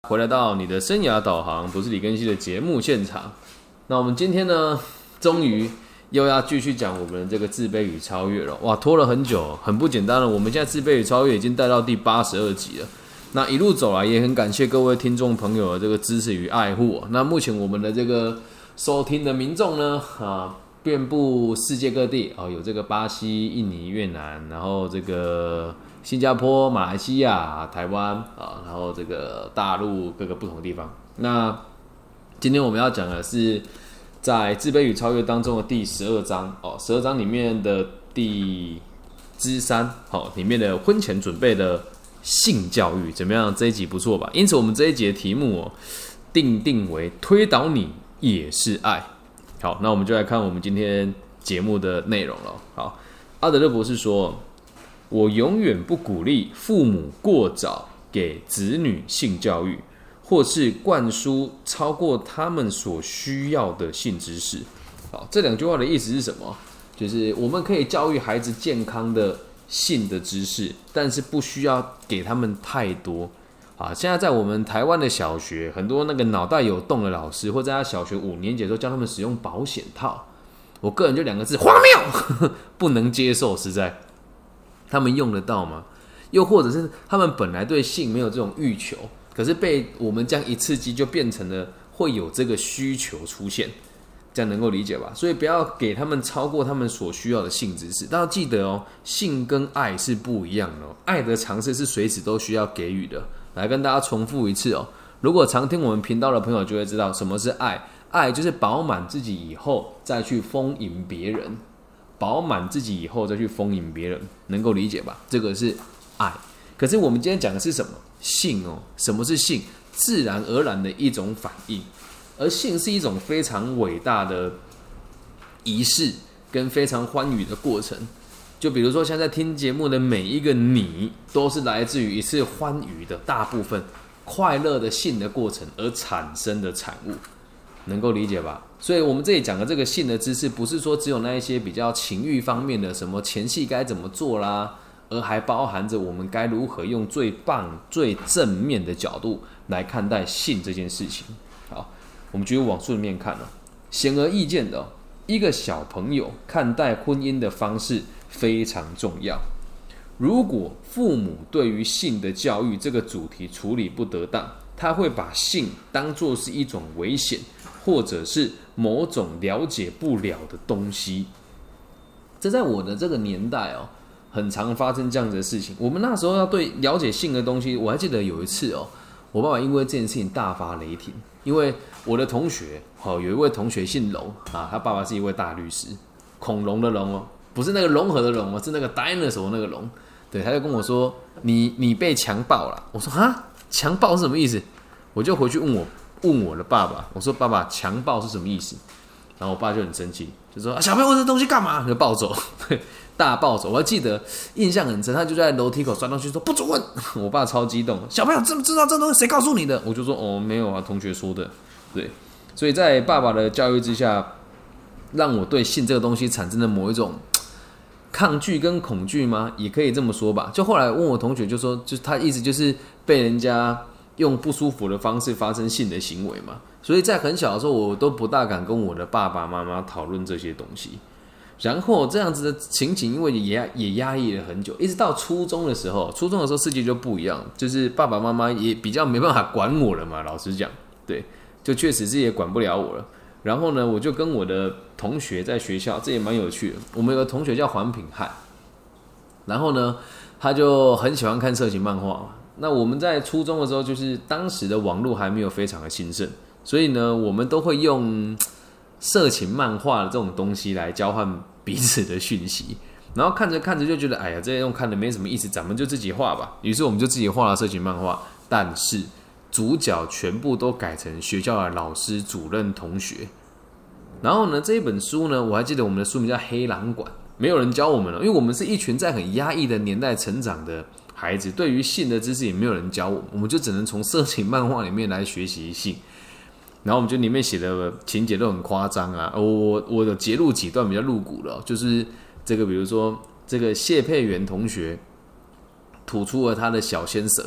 回来到你的生涯导航，不是李根熙的节目现场。那我们今天呢，终于又要继续讲我们的这个自卑与超越了。哇，拖了很久，很不简单了。我们现在自卑与超越已经带到第82集了。那一路走来，也很感谢各位听众朋友的这个支持与爱护。那目前我们的这个收听的民众呢，遍布世界各地有这个巴西、印尼、越南，然后这个新加坡、马来西亚、台湾然后这个大陆各个不同的地方。那今天我们要讲的是在自卑与超越当中的第12章12章里面的第之3里面的婚前准备的性教育怎么样？这一集不错吧？因此我们这一集的题目定为推倒你也是爱。好，那我们就来看我们今天节目的内容了。好，阿德勒博士说，我永远不鼓励父母过早给子女性教育，或是灌输超过他们所需要的性知识。好，这两句话的意思是什么？就是我们可以教育孩子健康的性的知识，但是不需要给他们太多。现在在我们台湾的小学，很多那个脑袋有洞的老师，或在他小学5年级的时候教他们使用保险套，我个人就2个字：荒谬，不能接受。实在，他们用得到吗？又或者是他们本来对性没有这种欲求，可是被我们这样一刺激，就变成了会有这个需求出现，这样能够理解吧？所以不要给他们超过他们所需要的性知识。但要记得性跟爱是不一样的爱的尝试是随时都需要给予的。来跟大家重复一次如果常听我们频道的朋友就会知道什么是爱。爱就是饱满自己以后再去丰盈别人，饱满自己以后再去丰盈别人，能够理解吧？这个是爱。可是我们今天讲的是什么？性什么是性？自然而然的一种反应。而性是一种非常伟大的仪式跟非常欢愉的过程。就比如说现在听节目的每一个你，都是来自于一次欢愉的大部分快乐的性的过程而产生的产物，能够理解吧？所以我们这里讲的这个性的知识，不是说只有那一些比较情欲方面的什么前戏该怎么做啦，而还包含着我们该如何用最棒最正面的角度来看待性这件事情。好，我们继续往书里面看显而易见的一个小朋友看待婚姻的方式非常重要。如果父母对于性的教育这个主题处理不得当，他会把性当作是一种危险，或者是某种了解不了的东西。这在我的这个年代很常发生这样子的事情。我们那时候要对了解性的东西，我还记得有一次我爸爸因为这件事情大发雷霆。因为我的同学有一位同学姓龙他爸爸是一位大律师，恐龙的龙不是那个融合的龙是那个 dinosaur 那个龙。对，他就跟我说你被强暴了。我说强暴是什么意思？我就回去问我的爸爸，我说爸爸，强暴是什么意思？然后我爸就很生气，就说小朋友问这东西干嘛？就暴走，大暴走。我还记得印象很深，他就在楼梯口钻上去说不准问。我爸超激动，小朋友知不知道这东西谁告诉你的？我就说没有同学说的。对，所以在爸爸的教育之下，让我对性这个东西产生了某一种抗拒跟恐惧吗？也可以这么说吧。就后来问我同学，就说就他意思就是被人家用不舒服的方式发生性的行为嘛。所以在很小的时候，我都不大敢跟我的爸爸妈妈讨论这些东西。然后这样子的情景，因为也压抑了很久，一直到初中的时候世界就不一样，就是爸爸妈妈也比较没办法管我了嘛。老实讲，对，就确实是也管不了我了。然后呢，我就跟我的同学在学校，这也蛮有趣的。我们有个同学叫黄品汉，然后呢，他就很喜欢看色情漫画嘛。那我们在初中的时候，就是当时的网络还没有非常的兴盛，所以呢，我们都会用色情漫画的这种东西来交换彼此的讯息。然后看着看着就觉得，哎呀，这种看的没什么意思，咱们就自己画吧。于是我们就自己画了色情漫画，但是主角全部都改成学校的老师、主任、同学。然后呢，这一本书呢，我还记得我们的书名叫《黑狼馆》，没有人教我们了，因为我们是一群在很压抑的年代成长的孩子，对于性的知识也没有人教我们，我们就只能从色情漫画里面来学习性。然后我们就里面写的情节都很夸张啊，我有截录几段比较露骨的就是这个，比如说这个谢佩元同学吐出了他的小鲜舌，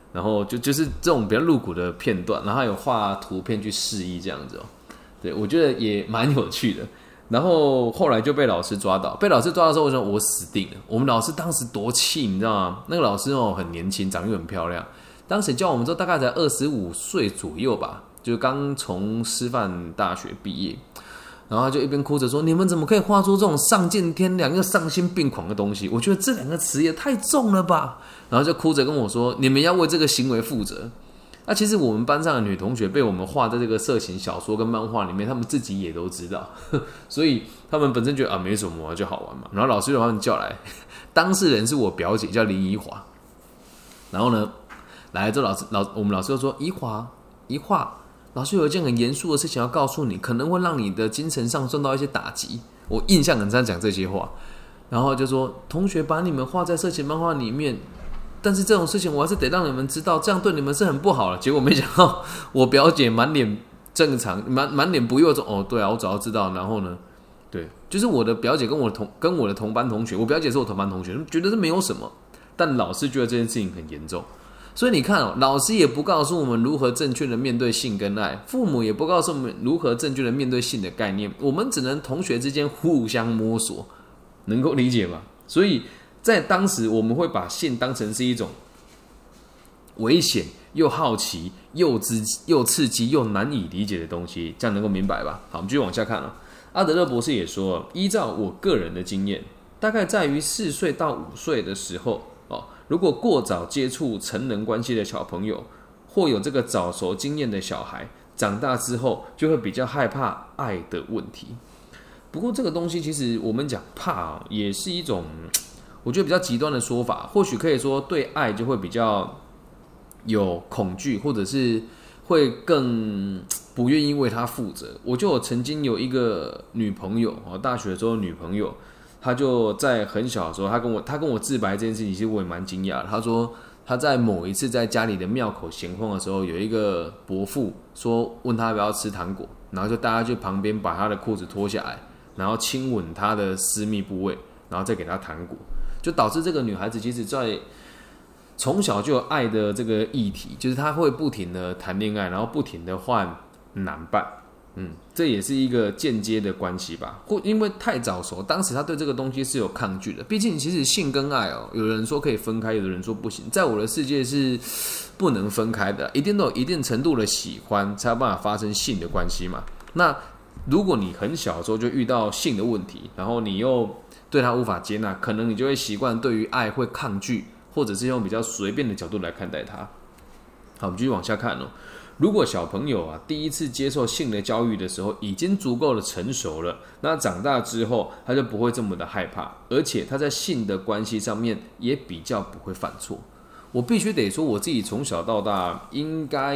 然后就是这种比较露骨的片段，然后还有画图片去示意这样子对，我觉得也蛮有趣的。然后后来就被老师抓到，被老师抓到之后，我说我死定了。我们老师当时多气，你知道吗？那个老师很年轻，长得又很漂亮，当时教我们之后大概才25岁左右吧，就刚从师范大学毕业。然后他就一边哭着说：“你们怎么可以画出这种丧尽天良又丧心病狂的东西？我觉得这2个词也太重了吧！”然后就哭着跟我说：“你们要为这个行为负责。”其实我们班上的女同学被我们画在这个色情小说跟漫画里面，她们自己也都知道，所以她们本身觉得没什么就好玩嘛。然后老师就把他们叫来，当事人是我表姐叫林怡华。然后呢，来了之后我们老师就说：“怡华，老师有一件很严肃的事情要告诉你，可能会让你的精神上受到一些打击。”我印象很深讲这些话，然后就说：“同学把你们画在色情漫画里面。”但是这种事情我还是得让你们知道，这样对你们是很不好的。结果没想到我表姐满脸正常，满脸不悦说：“对啊，我早就知道。”然后呢，对，就是我的表姐跟我的同班同学，我表姐是我同班同学，觉得这没有什么，但老师觉得这件事情很严重。所以你看老师也不告诉我们如何正确的面对性跟爱，父母也不告诉我们如何正确的面对性的概念，我们只能同学之间互相摸索，能够理解吗？所以在当时，我们会把性当成是一种危险又好奇又刺激又难以理解的东西，这样能够明白吧？好，我们继续往下看阿德勒博士也说，依照我个人的经验，大概在于4岁到5岁的时候如果过早接触成人关系的小朋友，或有这个早熟经验的小孩，长大之后就会比较害怕爱的问题。不过这个东西其实我们讲怕也是一种我觉得比较极端的说法，或许可以说对爱就会比较有恐惧，或者是会更不愿意为他负责。我就曾经有一个女朋友，大学的时候的女朋友，她就在很小的时候，她跟我自白这件事情，其实我也蛮惊讶的。她说她在某一次在家里的庙口闲晃的时候，有一个伯父问她要不要吃糖果，然后就带她去旁边把她的裤子脱下来，然后亲吻她的私密部位，然后再给她糖果。就导致这个女孩子其实在从小就有爱的这个议题，就是她会不停的谈恋爱，然后不停的换男伴，这也是一个间接的关系吧。或因为太早熟，当时她对这个东西是有抗拒的。毕竟其实性跟爱有人说可以分开，有的人说不行，在我的世界是不能分开的，一定都有一定程度的喜欢，才有办法发生性的关系嘛。那如果你很小的时候就遇到性的问题，然后你又对他无法接纳，可能你就会习惯对于爱会抗拒，或者是用比较随便的角度来看待它。好，我们继续往下看如果小朋友第一次接受性的教育的时候已经足够的成熟了，那长大之后他就不会这么的害怕，而且他在性的关系上面也比较不会犯错。我必须得说，我自己从小到大应该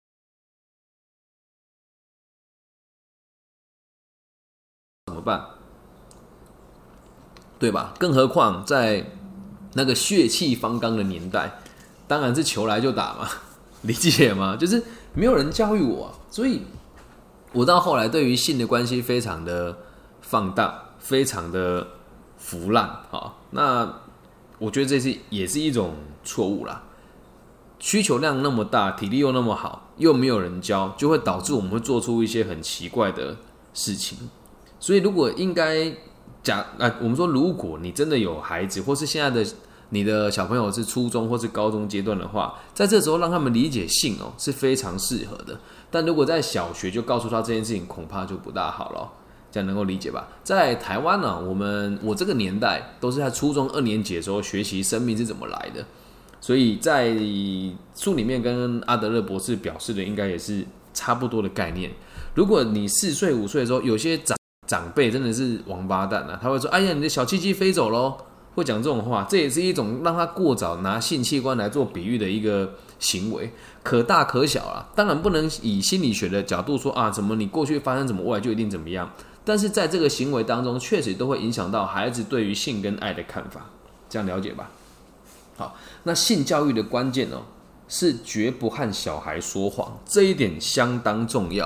怎么办？对吧？更何况在那个血气方刚的年代，当然是球来就打嘛，理解吗？就是没有人教育我所以我到后来对于性的关系非常的放大，非常的腐烂那我觉得这也是一种错误啦。需求量那么大，体力又那么好，又没有人教，就会导致我们会做出一些很奇怪的事情。所以如果应该我们说，如果你真的有孩子，或是现在的你的小朋友是初中或是高中阶段的话，在这时候让他们理解性是非常适合的。但如果在小学就告诉他这件事情，恐怕就不大好了。这样能够理解吧？在台湾我这个年代都是在初中2年级的时候学习生命是怎么来的，所以在书里面跟阿德勒博士表示的应该也是差不多的概念。如果你4岁5岁的时候，有些长辈真的是王八蛋他会说：“哎呀，你的小鸡鸡飞走咯。”会讲这种话，这也是一种让他过早拿性器官来做比喻的一个行为，可大可小当然不能以心理学的角度说怎么你过去发生怎么未来就一定怎么样，但是在这个行为当中，确实都会影响到孩子对于性跟爱的看法，这样了解吧？好，那性教育的关键是绝不和小孩说谎，这一点相当重要。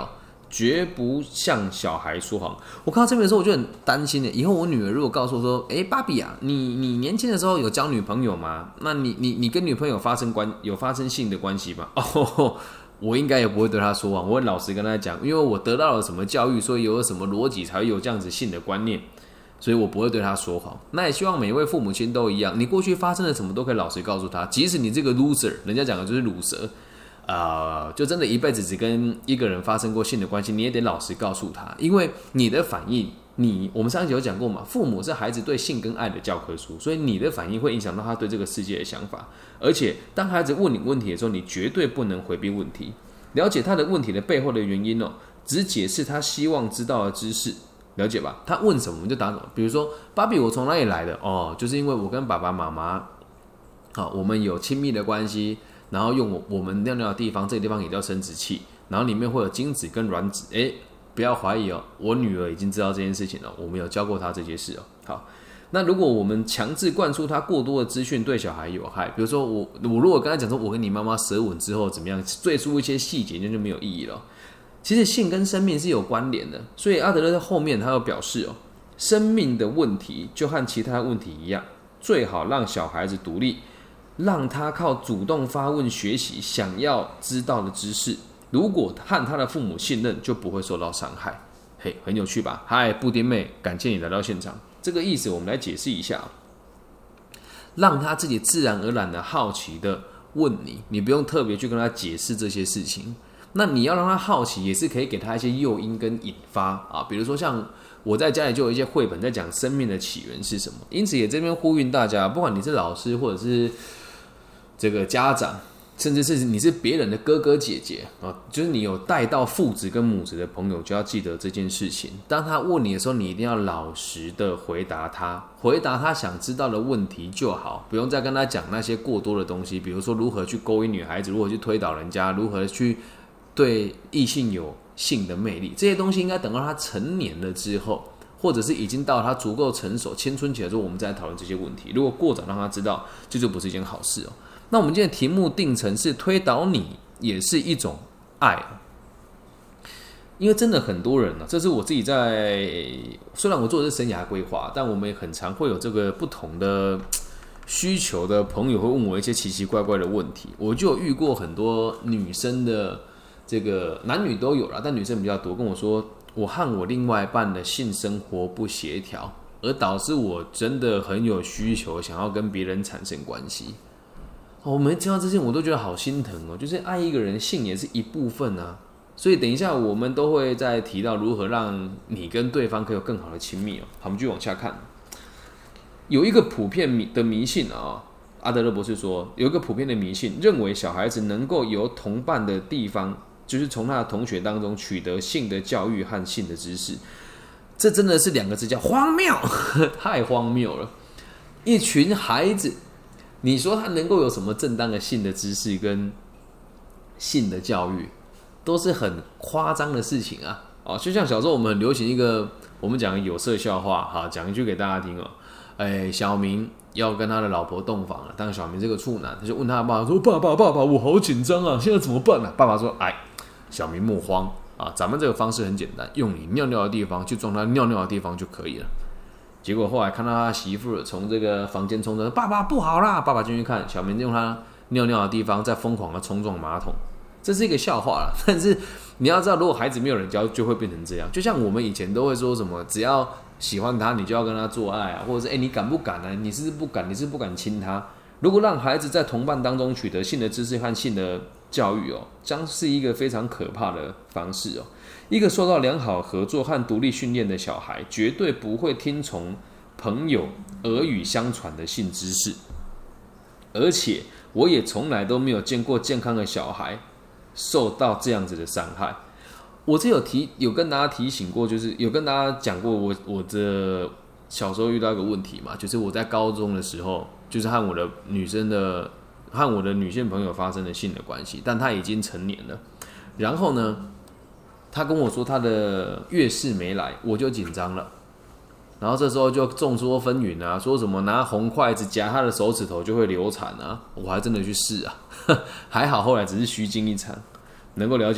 绝不向小孩说谎。我看到这边的时候，我就很担心的。以后我女儿如果告诉我说：“芭比啊，你年轻的时候有交女朋友吗？那你跟女朋友有发生性的关系吗？”我应该也不会对她说谎，我会老实跟她讲，因为我得到了什么教育，所以有了什么逻辑才会有这样子性的观念，所以我不会对她说谎。那也希望每一位父母亲都一样，你过去发生了什么都可以老实告诉她，即使你这个 loser， 人家讲的就是鲁蛇。就真的一辈子只跟一个人发生过性的关系，你也得老实告诉他，因为你的反应，我们上一集有讲过嘛，父母是孩子对性跟爱的教科书，所以你的反应会影响到他对这个世界的想法。而且当孩子问你问题的时候，你绝对不能回避问题，了解他的问题的背后的原因只解释他希望知道的知识，了解吧？他问什么我们就答什么。比如说，芭比，我从哪里来的？就是因为我跟爸爸妈妈，我们有亲密的关系。然后用我们尿尿的地方，这个地方也叫生殖器，然后里面会有精子跟卵子。不要怀疑我女儿已经知道这件事情了，我们有教过她这些事好，那如果我们强制灌输她过多的资讯，对小孩有害，比如说我如果跟她讲说，我跟你妈妈舌吻之后怎么样，赘述一些细节，那就没有意义了。其实性跟生命是有关联的，所以阿德勒在后面他有表示生命的问题就和其他问题一样，最好让小孩子独立。让他靠主动发问学习想要知道的知识，如果和他的父母信任，就不会受到伤害。很有趣吧？嗨，布丁妹，感谢你来到现场。这个意思我们来解释一下，让他自己自然而然的好奇的问你，你不用特别去跟他解释这些事情。那你要让他好奇，也是可以给他一些诱因跟引发比如说像我在家里就有一些绘本在讲生命的起源是什么，因此也这边呼吁大家，不管你是老师或者是这个家长，甚至是你是别人的哥哥姐姐就是你有带到父子跟母子的朋友，就要记得这件事情。当他问你的时候，你一定要老实的回答他想知道的问题就好，不用再跟他讲那些过多的东西，比如说如何去勾引女孩子，如何去推倒人家，如何去对异性有性的魅力，这些东西应该等到他成年了之后，或者是已经到他足够成熟青春期的时候，我们再来讨论这些问题。如果过早让他知道，这就不是一件好事那我们今天的题目定成是推倒你也是一种爱，因为真的很多人这是我自己虽然我做的是生涯规划，但我们也很常会有这个不同的需求的朋友会问我一些奇奇怪怪的问题。我就有遇过很多女生的这个男女都有啦，但女生比较多，跟我说我和我另外一半的性生活不协调，而导致我真的很有需求想要跟别人产生关系。我每听到这些我都觉得好心疼就是爱一个人，性也是一部分所以等一下我们都会再提到如何让你跟对方可以有更好的亲密好，我们继续往下看。有一个普遍的迷信阿德勒博士说，有一个普遍的迷信认为小孩子能够由同伴的地方，就是从他的同学当中取得性的教育和性的知识。这真的是两个字，叫荒谬太荒谬了。一群孩子，你说他能够有什么正当的性的知识跟性的教育，都是很夸张的事情就像小时候我们很流行一个我们讲的有色笑话讲一句给大家听小明要跟他的老婆洞房了，但小明这个处男，他就问他爸爸说：“爸爸，我好紧张现在怎么办爸爸说：“小明莫慌咱们这个方式很简单，用你尿尿的地方去撞他尿尿的地方就可以了。”结果后来看到他媳妇从这个房间冲出来，爸爸不好啦！爸爸进去看，小明用他尿尿的地方在疯狂的冲撞马桶，这是一个笑话啦。但是你要知道，如果孩子没有人教，就会变成这样。就像我们以前都会说什么，只要喜欢他，你就要跟他做爱或者是你敢不敢你是不敢，你是不敢亲他。如果让孩子在同伴当中取得性的知识和性的教育将是一个非常可怕的方式一个受到良好合作和独立训练的小孩，绝对不会听从朋友耳语相传的性知识，而且我也从来都没有见过健康的小孩受到这样子的伤害。我这有跟大家提醒过，就是有跟大家讲过我的小时候遇到一个问题嘛，就是我在高中的时候，就是和我的女性朋友发生了性的关系，但她已经成年了。然后呢，她跟我说她的月事没来，我就紧张了。然后这时候就众说纷纭说什么拿红筷子夹她的手指头就会流产我还真的去试还好后来只是虚惊一场，能够了解吧？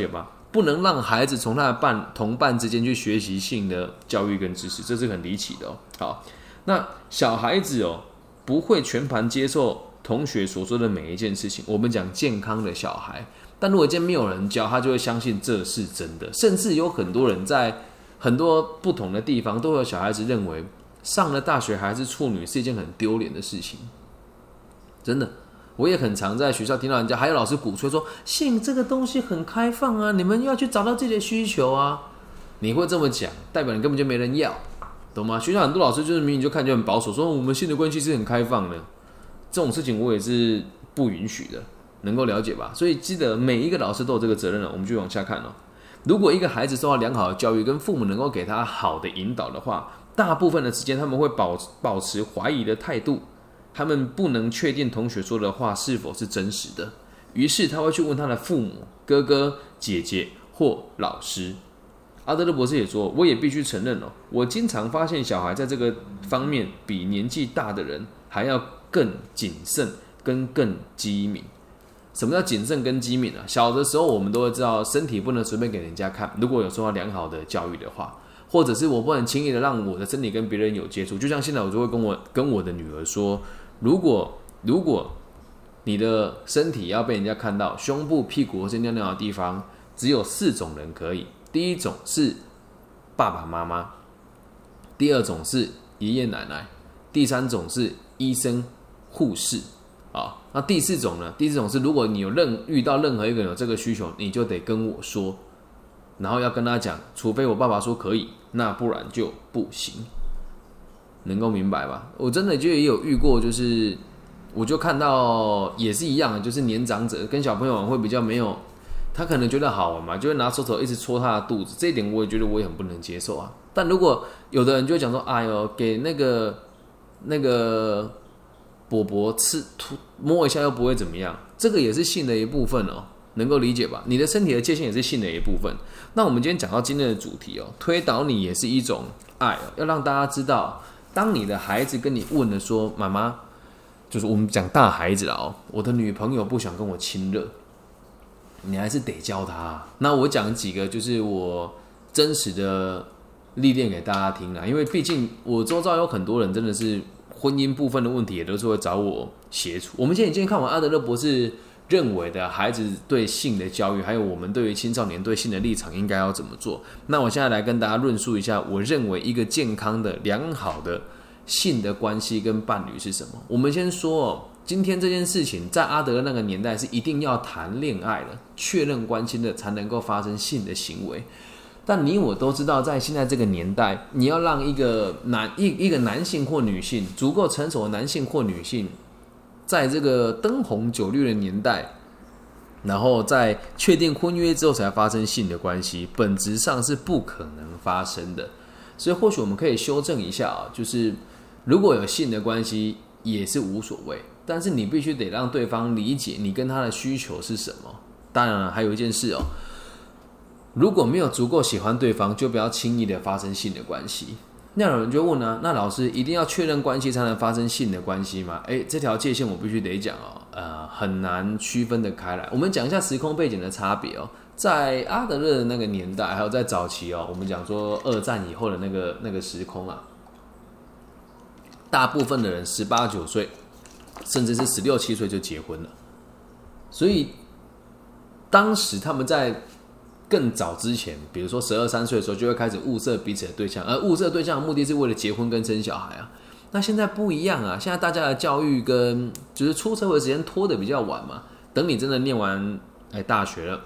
不能让孩子从他的同伴之间去学习性的教育跟知识，这是很离奇的哦。好，那小孩子哦不会全盘接受同学所说的每一件事情，我们讲健康的小孩，但如果今天没有人教，他就会相信这是真的，甚至有很多人在很多不同的地方都有小孩子认为上了大学还是处女是一件很丢脸的事情，真的。我也很常在学校听到人家还有老师鼓吹说性这个东西很开放啊，你们要去找到自己的需求啊。你会这么讲，代表你根本就没人要，懂吗？学校很多老师就是明明就看起来很保守，说我们性的关系是很开放的，这种事情我也是不允许的，能够了解吧？所以记得每一个老师都有这个责任了。我们就往下看哦。如果一个孩子受到良好的教育，跟父母能够给他好的引导的话，大部分的时间他们会保持怀疑的态度，他们不能确定同学说的话是否是真实的，于是他会去问他的父母、哥哥、姐姐或老师。阿德勒博士也说，我也必须承认哦，我经常发现小孩在这个方面比年纪大的人还要更谨慎跟更机敏。什么叫谨慎跟机敏啊？小的时候我们都会知道身体不能随便给人家看，如果有受到良好的教育的话，或者是我不能轻易的让我的身体跟别人有接触。就像现在我就会跟我的女儿说，如果你的身体要被人家看到，胸部、屁股或是尿尿的地方，只有4种人可以。第一种是爸爸妈妈，第二种是爷爷奶奶，第三种是医生、护士啊。那第四种呢？第四种是如果你遇到任何一个人有这个需求，你就得跟我说，然后要跟他讲，除非我爸爸说可以，那不然就不行。能够明白吧？我真的就也有遇过，就是我就看到也是一样的，就是年长者跟小朋友玩会比较没有，他可能觉得好玩嘛，就会拿手一直戳他的肚子，这一点我也觉得我也很不能接受啊。但如果有的人就会讲说，哎呦，给那个伯伯摸一下又不会怎么样，这个也是性的一部分哦，能够理解吧？你的身体的界限也是性的一部分。那我们今天讲到今天的主题哦，推倒你也是一种爱哦，要让大家知道，当你的孩子跟你问了说，妈妈，就是我们讲大孩子了哦，我的女朋友不想跟我亲热。你还是得教他。那我讲几个就是我真实的历练给大家听啦，因为毕竟我周遭有很多人真的是婚姻部分的问题，也都是会找我协助。我们今天看完阿德勒博士认为的孩子对性的教育，还有我们对于青少年对性的立场应该要怎么做。那我现在来跟大家论述一下，我认为一个健康的、良好的性的关系跟伴侣是什么。我们先说哦，今天这件事情在阿德勒那个年代是一定要谈恋爱的、确认关系的才能够发生性的行为。但你我都知道，在现在这个年代，你要让一个男性或女性足够成熟的男性或女性，在这个灯红酒绿的年代，然后在确定婚约之后才发生性的关系，本质上是不可能发生的。所以或许我们可以修正一下啊，就是如果有性的关系也是无所谓，但是你必须得让对方理解你跟他的需求是什么。当然了，还有一件事哦，如果没有足够喜欢对方，就不要轻易的发生性的关系。那有人就问啊，那老师一定要确认关系才能发生性的关系吗？这条界限我必须得讲哦，很难区分得开来。我们讲一下时空背景的差别哦。在阿德勒的那个年代，还有在早期哦，我们讲说2战以后的那个时空啊，大部分的人18、19岁，甚至是16、17岁就结婚了。所以当时他们在更早之前，比如说12、13岁的时候，就会开始物色彼此的对象，而物色对象的目的是为了结婚跟生小孩啊。那现在不一样啊，现在大家的教育跟就是出社会的时间拖得比较晚嘛。等你真的念完大学了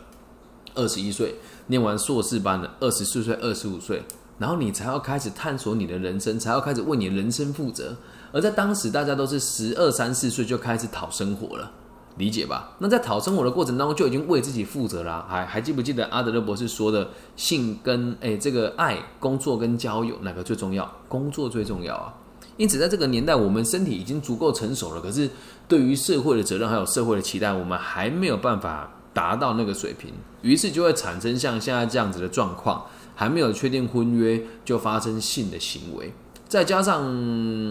，21岁，念完硕士班了，24岁、25岁，然后你才要开始探索你的人生，才要开始为你的人生负责。而在当时，大家都是12、13、14岁就开始讨生活了。理解吧？那在讨生活的过程当中，就已经为自己负责啦。还记不记得阿德勒博士说的性跟这个爱、工作跟交友哪个最重要？工作最重要啊！因此，在这个年代，我们身体已经足够成熟了，可是对于社会的责任还有社会的期待，我们还没有办法达到那个水平，于是就会产生像现在这样子的状况，还没有确定婚约就发生性的行为，再加上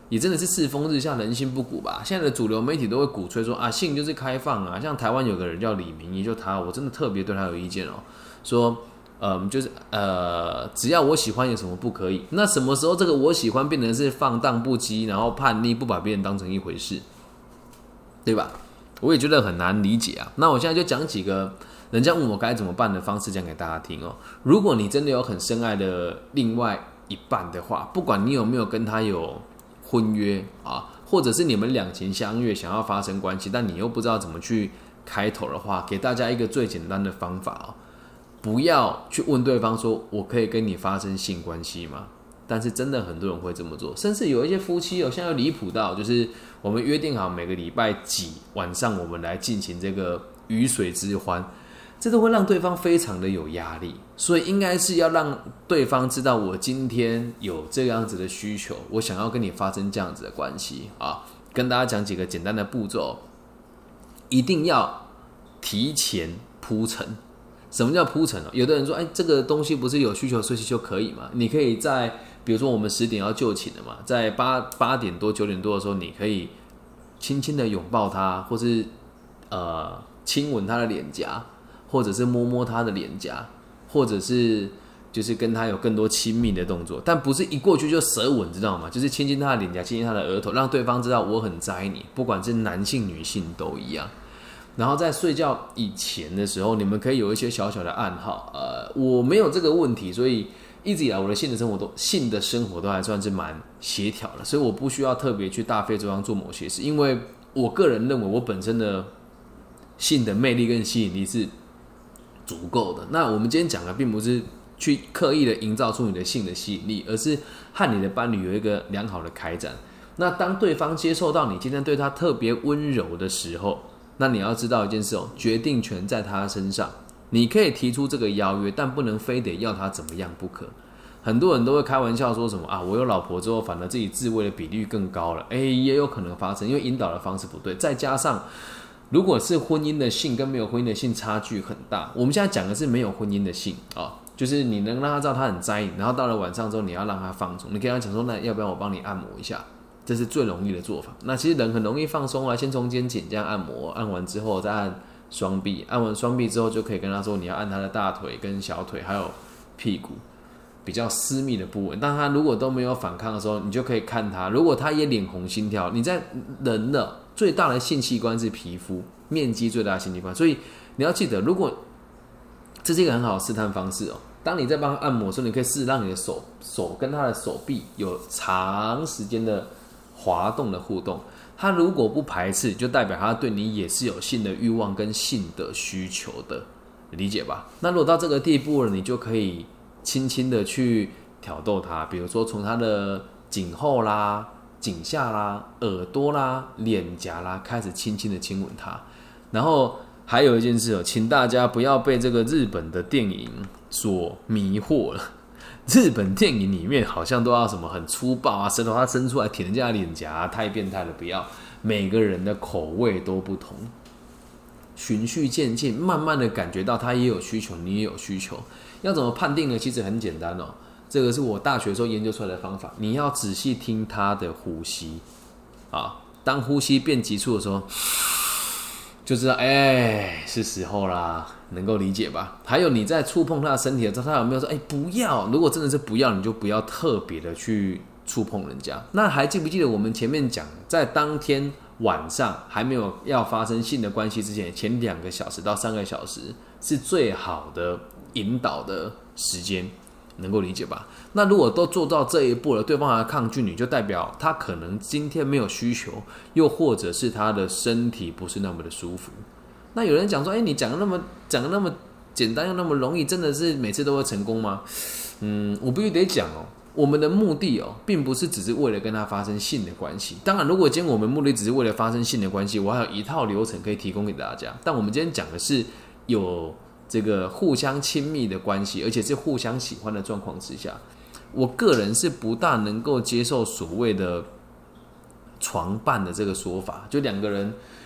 也真的是世风日下，人心不古吧。现在的主流媒体都会鼓吹说啊，性就是开放啊。像台湾有个人叫李明义，就他，我真的特别对他有意见哦，说就是只要我喜欢有什么不可以？那什么时候这个我喜欢变成是放荡不羁，然后叛逆，不把别人当成一回事，对吧？我也觉得很难理解啊。那我现在就讲几个人家问我该怎么办的方式，讲给大家听哦。如果你真的有很深爱的另外一半的话，不管你有没有跟他有婚约啊，或者是你们两情相悦，想要发生关系，但你又不知道怎么去开头的话，给大家一个最简单的方法哦。不要去问对方说我可以跟你发生性关系吗？但是真的很多人会这么做，甚至有一些夫妻现在离谱到就是我们约定好每个礼拜几晚上我们来进行这个鱼水之欢，这都会让对方非常的有压力。所以应该是要让对方知道我今天有这样子的需求，我想要跟你发生这样子的关系啊。跟大家讲几个简单的步骤，一定要提前铺陈。什么叫铺陈？有的人说，这个东西不是有需求随时就可以吗？你可以在，比如说我们10点要就寝了嘛，在8点多9点多的时候，你可以轻轻的拥抱他，或是亲吻他的脸颊，或者是摸摸他的脸颊，或者是就是跟他有更多亲密的动作，但不是一过去就舌吻，知道吗？就是亲亲他的脸颊，亲亲他的额头，让对方知道我很在意你，不管是男性女性都一样。然后在睡觉以前的时候，你们可以有一些小小的暗号。我没有这个问题，所以一直以来我的性的生活都还算是蛮协调的，所以我不需要特别去大费周章做某些事，因为我个人认为我本身的性的魅力跟吸引力是足够的。那我们今天讲的并不是去刻意的营造出你的性的吸引力，而是和你的伴侣有一个良好的开展。那当对方接受到你今天对他特别温柔的时候，那你要知道一件事决定权在他身上。你可以提出这个邀约，但不能非得要他怎么样不可。很多人都会开玩笑说什么我有老婆之后，反而自己自慰的比率更高了。也有可能发生，因为引导的方式不对。再加上，如果是婚姻的性跟没有婚姻的性差距很大，我们现在讲的是没有婚姻的性就是你能让他知道他很在意，然后到了晚上之后你要让他放松，你跟他讲说，那要不要我帮你按摩一下？这是最容易的做法。那其实人很容易放松先从肩颈这样按摩，按完之后再按双臂，按完双臂之后就可以跟他说你要按他的大腿跟小腿还有屁股比较私密的部位。但他如果都没有反抗的时候，你就可以看他，如果他也脸红心跳，你在人的最大的性器官是皮肤，面积最大的性器官，所以你要记得，如果这是一个很好的试探方式当你在帮他按摩的时候，你可以试着让你的手跟他的手臂有长时间的滑动的互动，他如果不排斥，就代表他对你也是有性的欲望跟性的需求的，理解吧？那如果到这个地步了，你就可以轻轻的去挑逗他，比如说从他的颈后啦、颈下啦、耳朵啦、脸颊啦，开始轻轻的亲吻他。然后还有一件事请大家不要被这个日本的电影所迷惑了。日本电影里面好像都要什么很粗暴舌头他伸出来舔人家的脸颊太变态了，不要。每个人的口味都不同，循序渐进，慢慢的感觉到他也有需求，你也有需求。要怎么判定呢？其实很简单这个是我大学时候研究出来的方法。你要仔细听他的呼吸当呼吸变急促的时候，就知道是时候啦，能够理解吧？还有你在触碰他的身体的时候，他有没有说不要？如果真的是不要，你就不要特别的去触碰人家。那还记不记得我们前面讲，在当天晚上还没有要发生性的关系之前，前2个小时到3个小时是最好的引导的时间，能够理解吧？那如果都做到这一步了，对方还抗拒你，就代表他可能今天没有需求，又或者是他的身体不是那么的舒服。那有人讲说，你讲的那么简单又那么容易，真的是每次都会成功吗？我必须得讲我们的目的并不是只是为了跟他发生性的关系。当然，如果今天我们目的只是为了发生性的关系，我还有一套流程可以提供给大家。但我们今天讲的是有这个互相亲密的关系，而且是互相喜欢的状况之下，我个人是不大能够接受所谓的床伴的这个说法，就2个人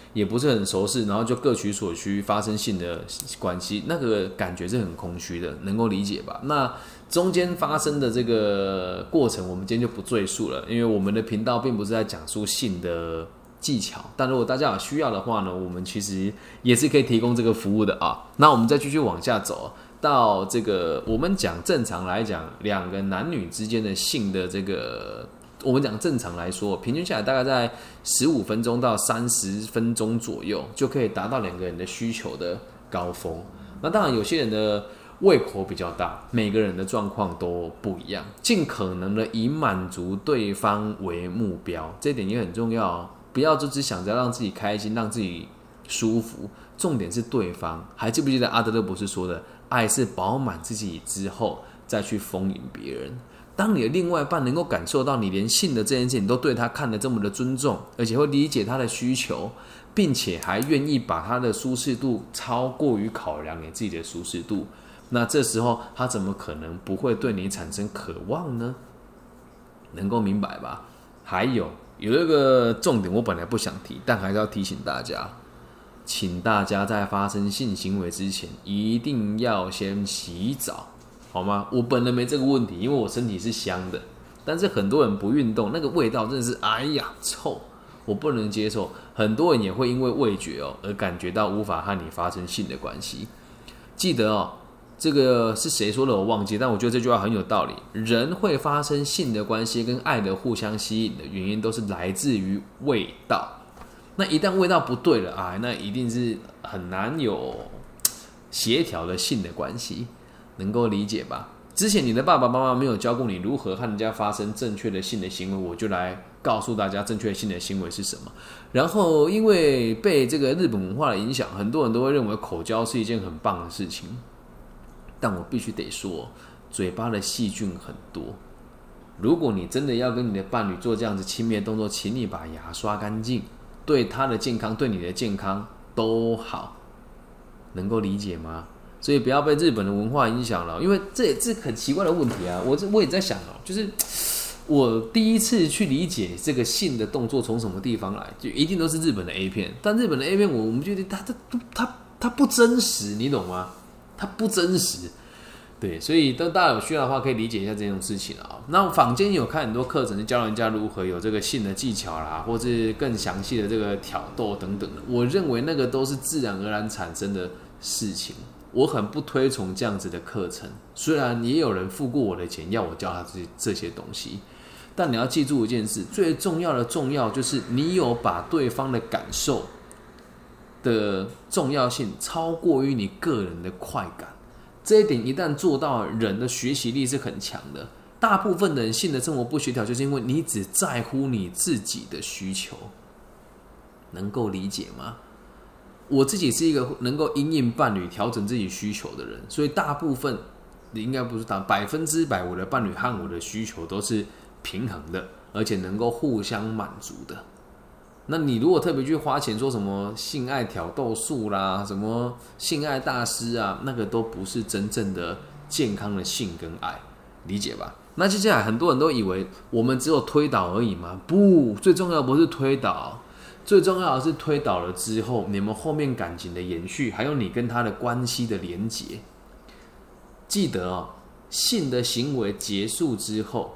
也不是很熟识，然后就各取所需发生性的关系，那个感觉是很空虚的，能够理解吧？那中间发生的这个过程，我们今天就不赘述了，因为我们的频道并不是在讲述性的技巧，但如果大家有需要的话呢，我们其实也是可以提供这个服务的啊。那我们再继续往下走，到这个我们讲正常来讲，两个男女之间的性的这个，我们讲正常来说，平均下来大概在15分钟到30分钟左右，就可以达到两个人的需求的高峰。那当然，有些人的胃口比较大，每个人的状况都不一样，尽可能的以满足对方为目标，这一点也很重要哦。不要就只想着让自己开心，让自己舒服，重点是对方。还记不记得阿德勒博士说的，爱是饱满自己之后再去丰盈别人。当你的另外一半能够感受到你连性的这件事情都对他看得这么的尊重，而且会理解他的需求，并且还愿意把他的舒适度超过于考量你自己的舒适度，那这时候他怎么可能不会对你产生渴望呢？能够明白吧？还有一个重点，我本来不想提，但还是要提醒大家，请大家在发生性行为之前一定要先洗澡，好吗？我本人没这个问题，因为我身体是香的，但是很多人不运动，那个味道真的是哎呀臭，我不能接受。很多人也会因为味觉而感觉到无法和你发生性的关系。记得这个是谁说的我忘记，但我觉得这句话很有道理。人会发生性的关系跟爱的互相吸引的原因，都是来自于味道。那一旦味道不对了啊，那一定是很难有协调的性的关系，能够理解吧？之前你的爸爸妈妈没有教过你如何和人家发生正确的性的行为，我就来告诉大家正确的性的行为是什么。然后因为被这个日本文化的影响，很多人都会认为口交是一件很棒的事情，但我必须得说，嘴巴的细菌很多。如果你真的要跟你的伴侣做这样子亲密的动作，请你把牙刷干净，对他的健康，对你的健康都好，能够理解吗？所以不要被日本的文化影响了，因为这也是很奇怪的问题啊。我也在想就是我第一次去理解这个性的动作从什么地方来，就一定都是日本的 A 片。但日本的 A 片，我们觉得它不真实，你懂吗？它不真实。对，所以当大家有需要的话，可以理解一下这种事情啊。那坊间有看很多课程，教人家如何有这个性的技巧啦，或是更详细的这个挑逗等等的。我认为那个都是自然而然产生的事情，我很不推崇这样子的课程。虽然也有人付过我的钱要我教他这些东西，但你要记住一件事，最重要的重要就是你有把对方的感受的重要性超过于你个人的快感。这一点一旦做到，人的学习力是很强的。大部分的人性的生活不协调，就是因为你只在乎你自己的需求，能够理解吗？我自己是一个能够因应伴侣调整自己需求的人，所以大部分应该不是100%，我的伴侣和我的需求都是平衡的，而且能够互相满足的。那你如果特别去花钱说什么性爱挑逗术啦，什么性爱大师啊，那个都不是真正的健康的性跟爱，理解吧？那接下来很多人都以为我们只有推倒而已吗？不，最重要的不是推倒，最重要的是推倒了之后，你们后面感情的延续，还有你跟他的关系的连结。记得性的行为结束之后，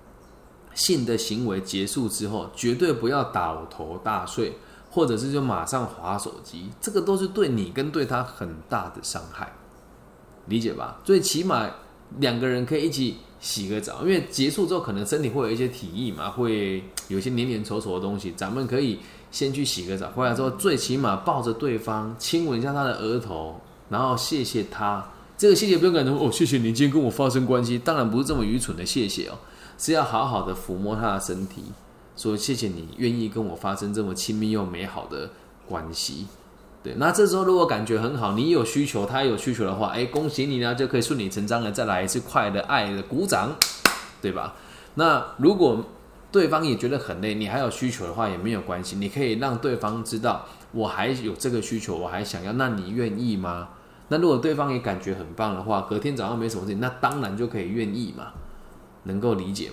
绝对不要倒头大睡，或者是就马上滑手机，这个都是对你跟对他很大的伤害，理解吧？最起码两个人可以一起洗个澡，因为结束之后可能身体会有一些体液嘛，会有一些黏黏稠稠的东西，咱们可以先去洗个澡，回来之后最起码抱着对方亲吻一下他的额头，然后谢谢他。这个谢谢不用感动谢谢你今天跟我发生关系，当然不是这么愚蠢的谢谢是要好好的抚摸他的身体，说谢谢你愿意跟我发生这么亲密又美好的关系。对，那这时候如果感觉很好，你有需求，他也有需求的话，恭喜你呢，就可以顺理成章的再来一次快的爱的鼓掌，对吧？那如果对方也觉得很累，你还有需求的话也没有关系，你可以让对方知道我还有这个需求，我还想要，那你愿意吗？那如果对方也感觉很棒的话，隔天早上没什么事情，那当然就可以愿意嘛，能够理解吧？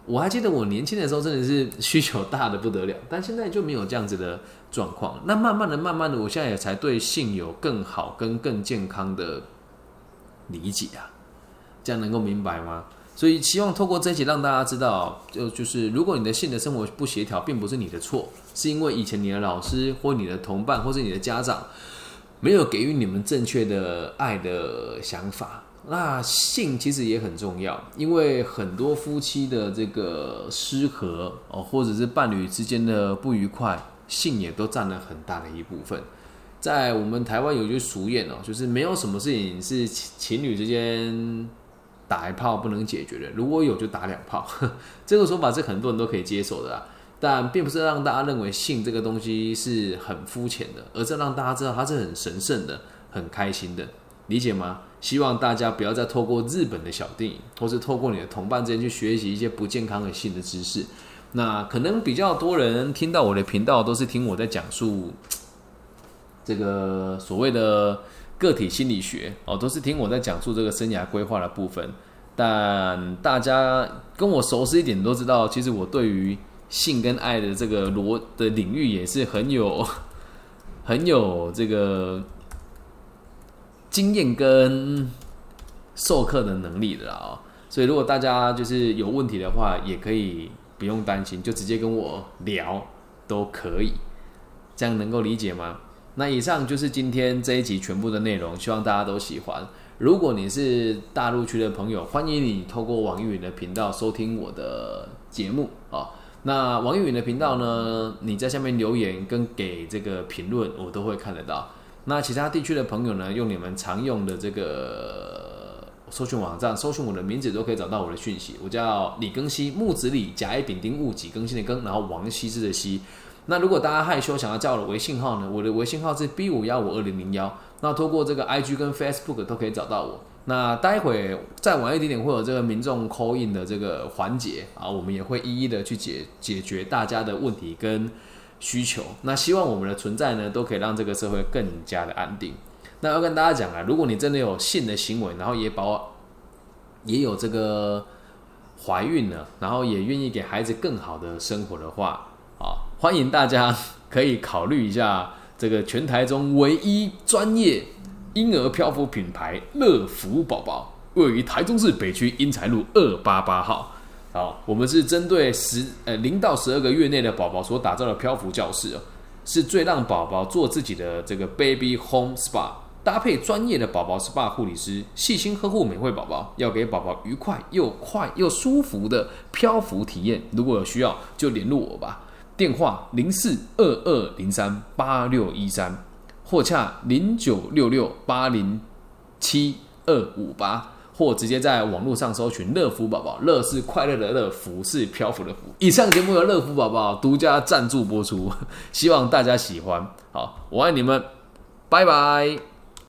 我还记得我年轻的时候真的是需求大的不得了，但现在就没有这样子的状况。那慢慢的，我现在也才对性有更好跟更健康的理解啊，这样能够明白吗？所以希望透过这一集让大家知道，就是如果你的性的生活不协调，并不是你的错，是因为以前你的老师或你的同伴或是你的家长没有给予你们正确的爱的想法。那性其实也很重要，因为很多夫妻的这个失和或者是伴侣之间的不愉快，性也都占了很大的一部分。在我们台湾有一句俗谚就是没有什么事情是情侣之间打一炮不能解决的，如果有就打2炮。这个说法是很多人都可以接受的啦，但并不是让大家认为性这个东西是很肤浅的，而是让大家知道它是很神圣的、很开心的，理解吗？希望大家不要再透过日本的小电影，或是透过你的同伴之间去学习一些不健康的性的知识。那可能比较多人听到我的频道，都是听我在讲述这个所谓的个体心理学都是听我在讲述这个生涯规划的部分。但大家跟我熟识一点都知道，其实我对于性跟爱的这个的领域也是很有这个经验跟授课的能力的啦所以如果大家就是有问题的话，也可以不用担心，就直接跟我聊都可以，这样能够理解吗？那以上就是今天这一集全部的内容，希望大家都喜欢。如果你是大陆区的朋友，欢迎你透过网易云的频道收听我的节目那网易云的频道呢，你在下面留言跟给这个评论，我都会看得到。那其他地区的朋友呢，用你们常用的这个搜寻网站，搜寻我的名字都可以找到我的讯息。我叫李庚希，木子李，甲乙丙丁戊己庚辛的庚，然后王羲之的羲。那如果大家害羞想要加我的微信号呢，我的微信号是 B5152001，那透过这个 IG 跟 Facebook 都可以找到我。那待会再晚一点点会有这个民众 call in 的这个环节我们也会一一的去解决大家的问题跟需求。那希望我们的存在呢，都可以让这个社会更加的安定。那要跟大家讲如果你真的有性的行为，然后也有这个怀孕了，然后也愿意给孩子更好的生活的话欢迎大家可以考虑一下这个全台中唯一专业婴儿漂浮品牌乐福宝宝，位于台中市北区英才路288号。我们是针对0到12个月内的宝宝所打造的漂浮教室是最让宝宝做自己的这个 Baby Home Spa， 搭配专业的宝宝 SPA 护理师，细心呵护美慧宝宝，要给宝宝愉快又快又舒服的漂浮体验。如果有需要就联络我吧，电话0422038613，或洽0966807258，或直接在网络上搜寻乐福宝宝，乐是快乐的乐，福是漂浮的福。以上节目由乐福宝宝独家赞助播出，希望大家喜欢。好，我爱你们，拜拜。